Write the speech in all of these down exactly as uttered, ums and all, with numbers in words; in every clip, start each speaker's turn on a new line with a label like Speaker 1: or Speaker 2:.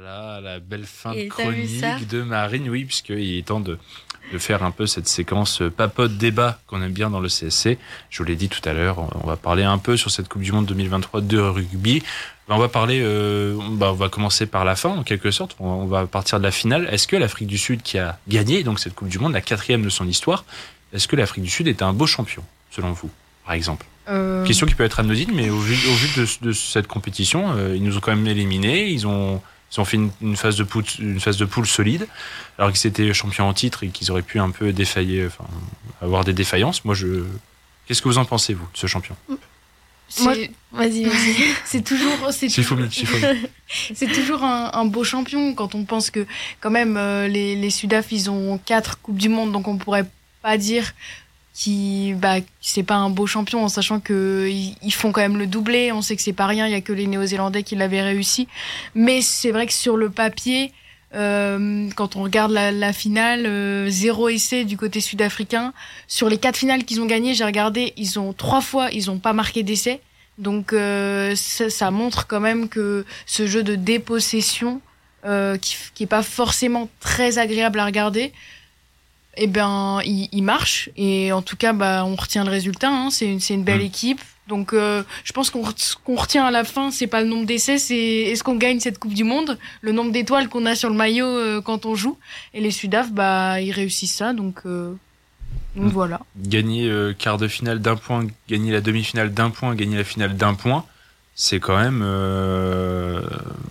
Speaker 1: Voilà, la belle fin
Speaker 2: Et
Speaker 1: de
Speaker 2: t'as vu ça
Speaker 1: chronique de Marine, oui, puisqu'il est temps de, de faire un peu cette séquence papote-débat qu'on aime bien dans le C S C. Je vous l'ai dit tout à l'heure, on va parler un peu sur cette Coupe du Monde deux mille vingt-trois de rugby. On va parler, euh, bah, on va commencer par la fin, en quelque sorte. On, on va partir de la finale. Est-ce que l'Afrique du Sud, qui a gagné donc cette Coupe du Monde, la quatrième de son histoire, est-ce que l'Afrique du Sud est un beau champion, selon vous, par exemple ? Euh... Question qui peut être anodine, mais au vu, au vu de, de cette compétition, euh, ils nous ont quand même éliminés. Ils ont, ils ont fait une, une, phase de poule, une phase de poule solide, alors qu'ils étaient champions en titre et qu'ils auraient pu un peu défailler, enfin, avoir des défaillances. Moi, je... Qu'est-ce que vous en pensez, vous, de ce champion ?
Speaker 2: C'est... Moi, vas-y, vas-y. c'est toujours, c'est, toujours... c'est toujours un, un beau champion quand on pense que quand même euh, les, les Sudaf ils ont quatre coupes du monde, donc on pourrait pas dire qui bah c'est pas un beau champion en sachant que ils, ils font quand même le doublé. On sait que c'est pas rien, il y a que les Néo-Zélandais qui l'avaient réussi, mais c'est vrai que sur le papier, euh, quand on regarde la, la finale, euh, zéro essai du côté sud-africain. Sur les quatre finales qu'ils ont gagnées, j'ai regardé, ils ont trois fois, ils ont pas marqué d'essai. Donc euh, ça, ça montre quand même que ce jeu de dépossession, euh, qui, qui est pas forcément très agréable à regarder, eh ben, il, il marche. Et en tout cas, bah, on retient le résultat. Hein. C'est une, c'est une belle mmh. équipe. Donc, euh, je pense qu'on qu'on retient à la fin, c'est pas le nombre d'essais, c'est est-ce qu'on gagne cette Coupe du Monde, le nombre d'étoiles qu'on a sur le maillot euh, quand on joue. Et les Sudaf, bah, ils réussissent ça. Donc, euh, donc mmh. voilà.
Speaker 1: Gagner euh, quart de finale d'un point, gagner la demi-finale d'un point, gagner la finale d'un point, c'est quand même, euh,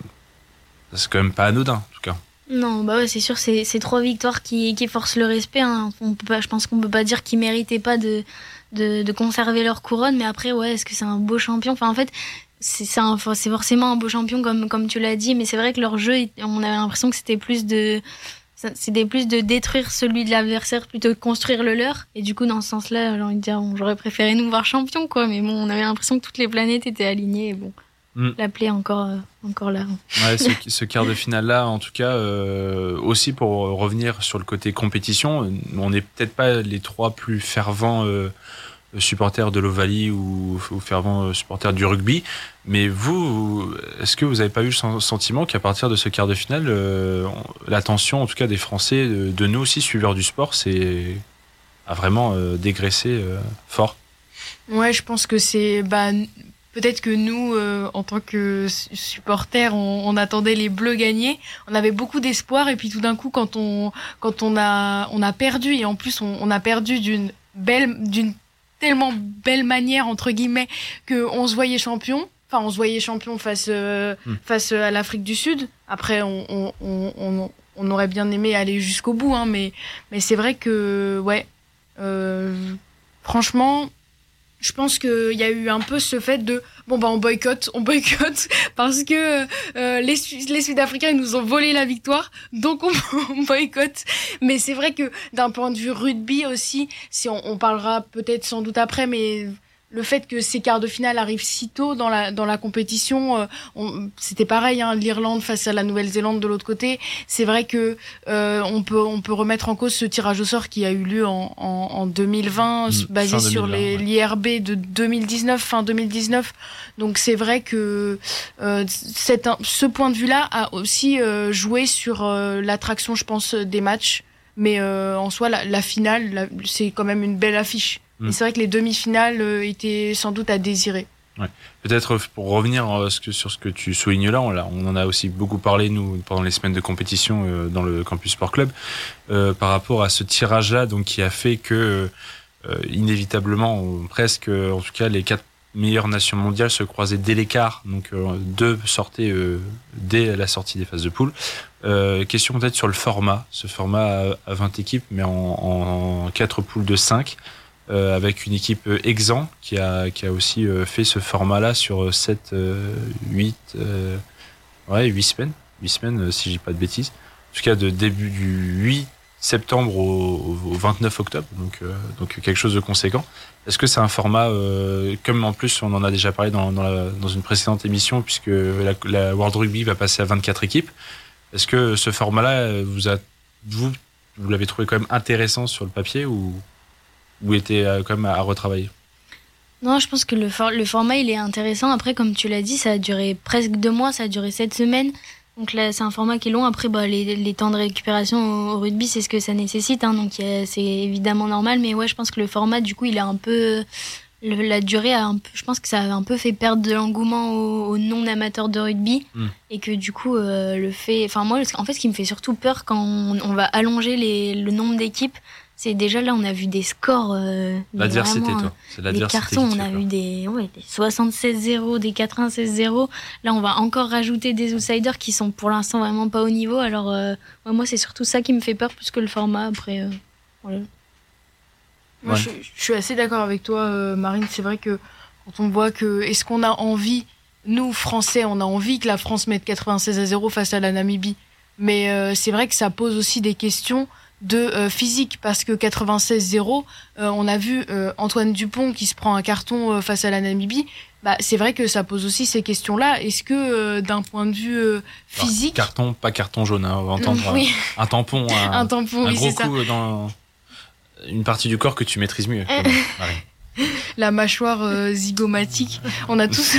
Speaker 1: c'est quand même pas anodin, en tout cas.
Speaker 3: Non, bah ouais, c'est sûr, c'est, c'est trois victoires qui, qui forcent le respect. Hein. On peut pas, je pense qu'on peut pas dire qu'ils méritaient pas de, de, de conserver leur couronne, mais après, ouais, est-ce que c'est un beau champion ? Enfin, en fait, c'est, c'est, un, c'est forcément un beau champion, comme, comme tu l'as dit, mais c'est vrai que leur jeu, on avait l'impression que c'était plus de, c'était plus de détruire celui de l'adversaire plutôt que de construire le leur. Et du coup, dans ce sens-là, j'ai envie de dire, bon, j'aurais préféré nous voir champion, quoi, mais bon, on avait l'impression que toutes les planètes étaient alignées, et bon. Mmh. La plaie encore, euh, encore là.
Speaker 1: Ouais, ce, ce quart de finale-là, en tout cas, euh, aussi pour revenir sur le côté compétition, on n'est peut-être pas les trois plus fervents euh, supporters de l'Ovalie ou, ou fervents supporters du rugby, mais vous, est-ce que vous n'avez pas eu le sentiment qu'à partir de ce quart de finale, euh, l'attention, en tout cas des Français, de, de nous aussi, suiveurs du sport, c'est, a vraiment euh, dégraissé euh, fort ?
Speaker 2: Ouais, je pense que c'est... Bah, peut-être que nous, euh, en tant que supporters, on, on attendait les Bleus gagner. On avait beaucoup d'espoir et puis tout d'un coup, quand on quand on a on a perdu et en plus on, on a perdu d'une belle d'une tellement belle manière entre guillemets que on se voyait champion. Enfin, on se voyait champion face euh, mmh. face à l'Afrique du Sud. Après, on on on on, on aurait bien aimé aller jusqu'au bout, hein, mais mais c'est vrai que ouais, euh, franchement. Je pense qu'il y a eu un peu ce fait de bon bah on boycotte, on boycotte parce que euh, les les Sud-Africains ils nous ont volé la victoire, donc on, on boycotte. Mais c'est vrai que d'un point de vue rugby aussi, si on, on parlera peut-être sans doute après, mais le fait que ces quarts de finale arrivent si tôt dans la dans la compétition, euh, on, c'était pareil, hein, l'Irlande face à la Nouvelle-Zélande de l'autre côté. C'est vrai que euh, on peut on peut remettre en cause ce tirage au sort qui a eu lieu en en, en deux mille vingt, mmh, basé sur les ouais. l'I R B de deux mille dix-neuf, fin deux mille dix-neuf. Donc c'est vrai que euh, cette, ce point de vue-là a aussi euh, joué sur euh, l'attraction, je pense, des matchs. Mais euh, en soi, la, la finale, la, c'est quand même une belle affiche. Et c'est vrai que les demi-finales euh, étaient sans doute à désirer.
Speaker 1: Ouais. Peut-être pour revenir euh, sur ce que tu soulignes là, on, on en a aussi beaucoup parlé nous pendant les semaines de compétition euh, dans le Campus Sport Club euh, par rapport à ce tirage-là, donc qui a fait que euh, inévitablement, euh, presque, euh, en tout cas, les quatre meilleures nations mondiales se croisaient dès l'écart, donc euh, deux sortaient euh, dès la sortie des phases de poule. Euh, question peut-être sur le format, ce format à, à vingt équipes, mais en, en quatre poules de cinq. Euh, avec une équipe euh, exempt qui a, qui a aussi euh, fait ce format-là sur sept, huit, euh, ouais, huit semaines, huit semaines euh, si je dis pas de bêtises. En tout cas, de début du huit septembre au, au vingt-neuf octobre, donc, euh, donc quelque chose de conséquent. Est-ce que c'est un format, euh, comme en plus on en a déjà parlé dans, dans, la, dans une précédente émission, puisque la, la World Rugby va passer à vingt-quatre équipes, est-ce que ce format-là, vous, a, vous, vous l'avez trouvé quand même intéressant sur le papier ou ou était quand même à retravailler?
Speaker 3: Non, je pense que le, for- le format il est intéressant. Après, comme tu l'as dit, ça a duré presque deux mois, ça a duré sept semaines. Donc là, c'est un format qui est long. Après, bah, les, les temps de récupération au, au rugby, c'est ce que ça nécessite. Hein, donc a, c'est évidemment normal. Mais ouais, je pense que le format, du coup, il a un peu... Le, la durée, a un peu, je pense que ça a un peu fait perdre de l'engouement aux, aux non-amateurs de rugby. Mm. Et que du coup, euh, le fait... Enfin, moi, en fait, ce qui me fait surtout peur quand on, on va allonger les, le nombre d'équipes, c'est déjà là, on a vu des scores. Euh,
Speaker 1: l'adversité, toi. C'est l'adversité.
Speaker 3: Les cartons, on a vu des, ouais, des soixante-seize zéro, des quatre-vingt-seize zéro. Là, on va encore rajouter des outsiders qui sont pour l'instant vraiment pas au niveau. Alors, euh, ouais, moi, c'est surtout ça qui me fait peur plus que le format. Après, euh, voilà.
Speaker 2: Moi, ouais. je, je suis assez d'accord avec toi, euh, Marine. C'est vrai que quand on voit que. Est-ce qu'on a envie, nous, Français, on a envie que la France mette quatre-vingt-seize à zéro face à la Namibie. Mais euh, c'est vrai que ça pose aussi des questions de euh, physique, parce que quatre-vingt-seize zéro, euh, on a vu euh, Antoine Dupont qui se prend un carton euh, face à la Namibie. Bah, c'est vrai que ça pose aussi ces questions-là. Est-ce que euh, d'un point de vue euh, physique...
Speaker 1: Alors, carton, pas carton jaune, hein, on va entendre oui. un, un tampon, un,
Speaker 2: un, tampon,
Speaker 1: un
Speaker 2: oui,
Speaker 1: gros
Speaker 2: c'est
Speaker 1: coup
Speaker 2: ça.
Speaker 1: Dans une partie du corps que tu maîtrises mieux.
Speaker 2: La mâchoire euh, zygomatique, on a tous...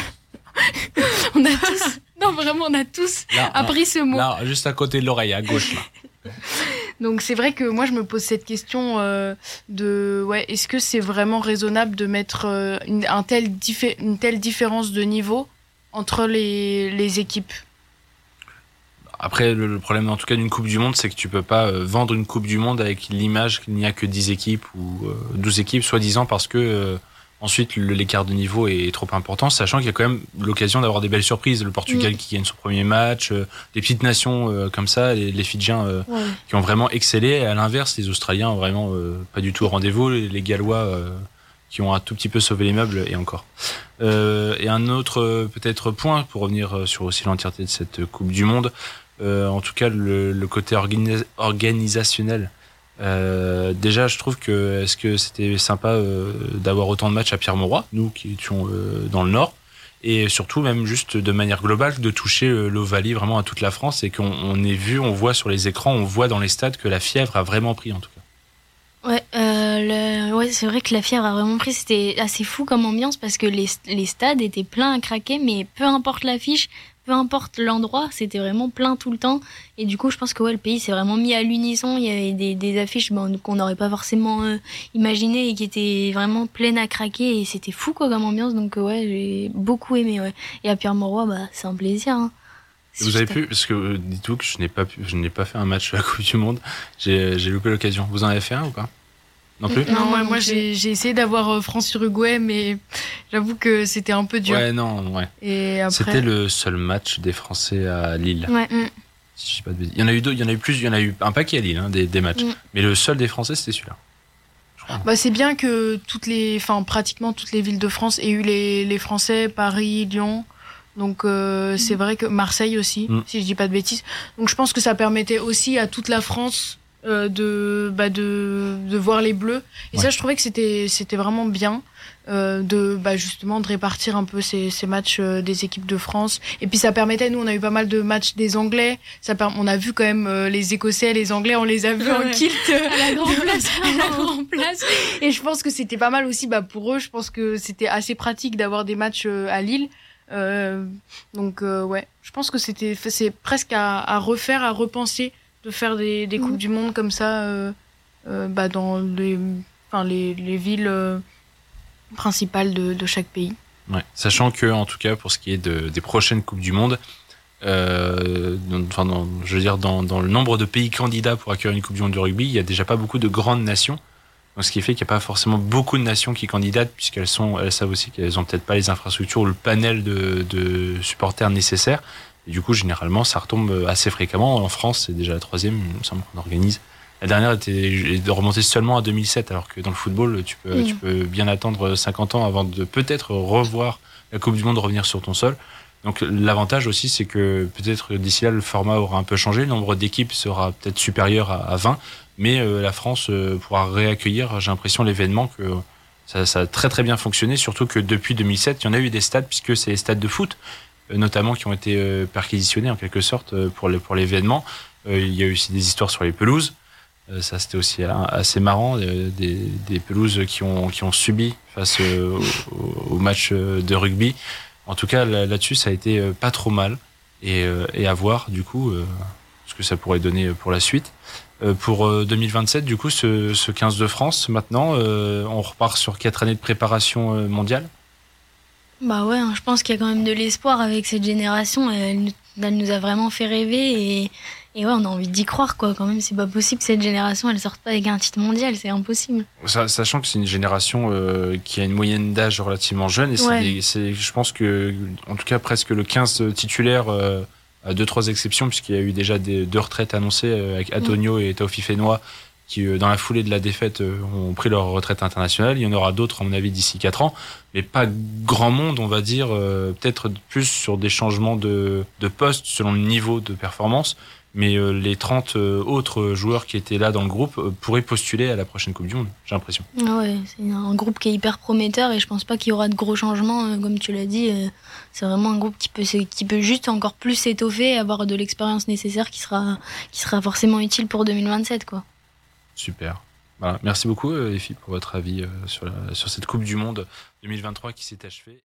Speaker 2: on a tous... Non, vraiment, on a tous là, appris ce mot.
Speaker 1: Là, juste à côté de l'oreille, à gauche, là.
Speaker 2: Donc c'est vrai que moi je me pose cette question euh, de ouais, est-ce que c'est vraiment raisonnable de mettre euh, une, un tel diffé- une telle différence de niveau entre les, les équipes?
Speaker 1: Après, le, le problème en tout cas d'une Coupe du Monde, c'est que tu peux pas euh, vendre une Coupe du Monde avec l'image qu'il n'y a que dix équipes ou euh, douze équipes, soi-disant parce que euh, ensuite le, l'écart de niveau est trop important, sachant qu'il y a quand même l'occasion d'avoir des belles surprises. Le Portugal mmh. qui gagne son premier match, euh, des petites nations euh, comme ça, les, les Fidjiens euh, ouais. qui ont vraiment excellé. Et à l'inverse, les Australiens ont vraiment euh, pas du tout au rendez-vous. Les, les Gallois euh, qui ont un tout petit peu sauvé les meubles et encore. Euh, et un autre euh, peut-être point pour revenir sur aussi l'entièreté de cette Coupe du Monde, euh, en tout cas le, le côté organi- organisationnel. Euh, déjà, je trouve que est-ce que c'était sympa euh, d'avoir autant de matchs à Pierre-Mauroy, nous qui étions euh, dans le Nord, et surtout même juste de manière globale de toucher euh, l'Ovalie vraiment à toute la France et qu'on on est vu, on voit sur les écrans, on voit dans les stades que la fièvre a vraiment pris en tout cas.
Speaker 3: Ouais, euh, le... ouais, c'est vrai que la fièvre a vraiment pris. C'était assez fou comme ambiance parce que les, les stades étaient pleins à craquer, mais peu importe l'affiche, peu importe l'endroit, c'était vraiment plein tout le temps. Et du coup, je pense que ouais, le pays s'est vraiment mis à l'unisson. Il y avait des, des affiches bon, qu'on n'aurait pas forcément euh, imaginées et qui étaient vraiment pleines à craquer. Et c'était fou quoi, comme ambiance. Donc euh, ouais, j'ai beaucoup aimé. Ouais. Et à Pierre-Mauroy, bah, c'est un plaisir. Hein.
Speaker 1: Vous avez pu, parce que euh, dites-vous que je n'ai pas pu, je n'ai pas fait un match à la Coupe du Monde. J'ai, j'ai loupé l'occasion. Vous en avez fait un ou pas? Non plus.
Speaker 2: Non, moi, moi j'ai, j'ai essayé d'avoir France-Uruguay, mais j'avoue que c'était un peu dur.
Speaker 1: Ouais, non, ouais.
Speaker 2: Et après...
Speaker 1: C'était le seul match des Français à Lille.
Speaker 3: Ouais.
Speaker 1: Si je dis pas de bêtises. Il y en a eu deux, il y en a eu plus, il y en a eu un paquet à Lille, hein, des, des matchs. Mm. Mais le seul des Français, c'était celui-là.
Speaker 2: Bah, c'est bien que toutes les, enfin, pratiquement toutes les villes de France aient eu les, les Français, Paris, Lyon. Donc euh, mm. c'est vrai que Marseille aussi, mm. si je dis pas de bêtises. Donc je pense que ça permettait aussi à toute la France Euh, de bah de de voir les Bleus et ouais. ça je trouvais que c'était c'était vraiment bien euh, de bah justement de répartir un peu ces ces matchs euh, des équipes de France et puis ça permettait, nous on a eu pas mal de matchs des Anglais, ça per- on a vu quand même euh, les Écossais, les Anglais, on les a vus ouais. en kilt euh,
Speaker 3: à la grande place
Speaker 2: à la grande place et je pense que c'était pas mal aussi bah pour eux, je pense que c'était assez pratique d'avoir des matchs euh, à Lille. Euh, donc euh, ouais, je pense que c'était c'est presque à, à refaire, à repenser de faire des, des coupes mmh. du monde comme ça euh, euh, bah dans les, enfin les, les villes euh, principales de, de chaque pays.
Speaker 1: Ouais. Sachant que en tout cas pour ce qui est de, des prochaines coupes du monde, euh, dans, enfin dans, je veux dire dans, dans le nombre de pays candidats pour accueillir une coupe du monde de rugby, il y a déjà pas beaucoup de grandes nations. Donc, ce qui fait qu'il n'y a pas forcément beaucoup de nations qui candidatent puisqu'elles sont, elles savent aussi qu'elles ont peut-être pas les infrastructures ou le panel de, de supporters nécessaires. Et du coup, généralement, ça retombe assez fréquemment. En France, c'est déjà la troisième, il me semble qu'on organise. La dernière était de remonter seulement à deux mille sept, alors que dans le football, tu peux, mmh. tu peux bien attendre cinquante ans avant de peut-être revoir la Coupe du Monde revenir sur ton sol. Donc l'avantage aussi, c'est que peut-être d'ici là, le format aura un peu changé. Le nombre d'équipes sera peut-être supérieur à, à vingt, mais euh, la France euh, pourra réaccueillir, j'ai l'impression, l'événement que ça, ça a très très bien fonctionné, surtout que depuis deux mille sept, il y en a eu des stades, puisque c'est les stades de foot, notamment qui ont été euh, perquisitionnés en quelque sorte euh, pour, le, pour l'événement. Euh, il y a eu aussi des histoires sur les pelouses. Euh, ça, c'était aussi euh, assez marrant. Euh, des, des pelouses qui ont, qui ont subi face euh, au, au match de rugby. En tout cas, là, là-dessus, ça a été euh, pas trop mal. et, euh, et à voir du coup euh, ce que ça pourrait donner pour la suite. Euh, pour euh, deux mille vingt-sept, du coup, ce, ce quinze de France, maintenant, euh, on repart sur quatre années de préparation euh, mondiale.
Speaker 3: Bah ouais, hein, je pense qu'il y a quand même de l'espoir avec cette génération. Elle, nous- elle nous a vraiment fait rêver et, et ouais, on a envie d'y croire quoi. Quand même, c'est pas possible que cette génération elle sorte pas avec un titre mondial, c'est impossible.
Speaker 1: Sa- Sachant que c'est une génération euh, qui a une moyenne d'âge relativement jeune, et c'est,
Speaker 3: Ouais.
Speaker 1: des- c'est, je pense que, en tout cas, presque le quinze titulaire, euh, à deux, trois exceptions, puisqu'il y a eu déjà des, deux retraites annoncées euh, avec Antonio et Taofi Fenoy, qui, euh, dans la foulée de la défaite, euh, ont pris leur retraite internationale. Il y en aura d'autres, à mon avis, d'ici quatre ans, mais pas grand monde, on va dire, euh, peut-être plus sur des changements de, de poste selon le niveau de performance. Mais euh, les trente euh, autres joueurs qui étaient là dans le groupe euh, pourraient postuler à la prochaine Coupe du Monde, j'ai l'impression.
Speaker 3: Ah ouais, c'est un groupe qui est hyper prometteur et je pense pas qu'il y aura de gros changements, euh, comme tu l'as dit. euh, C'est vraiment un groupe qui peut, se- qui peut juste encore plus s'étoffer et avoir de l'expérience nécessaire qui sera, qui sera forcément utile pour deux mille vingt-sept, quoi.
Speaker 1: Super. Voilà. Merci beaucoup, euh, les filles, pour votre avis euh, sur, la- sur cette Coupe du Monde deux mille vingt-trois qui s'est achevée.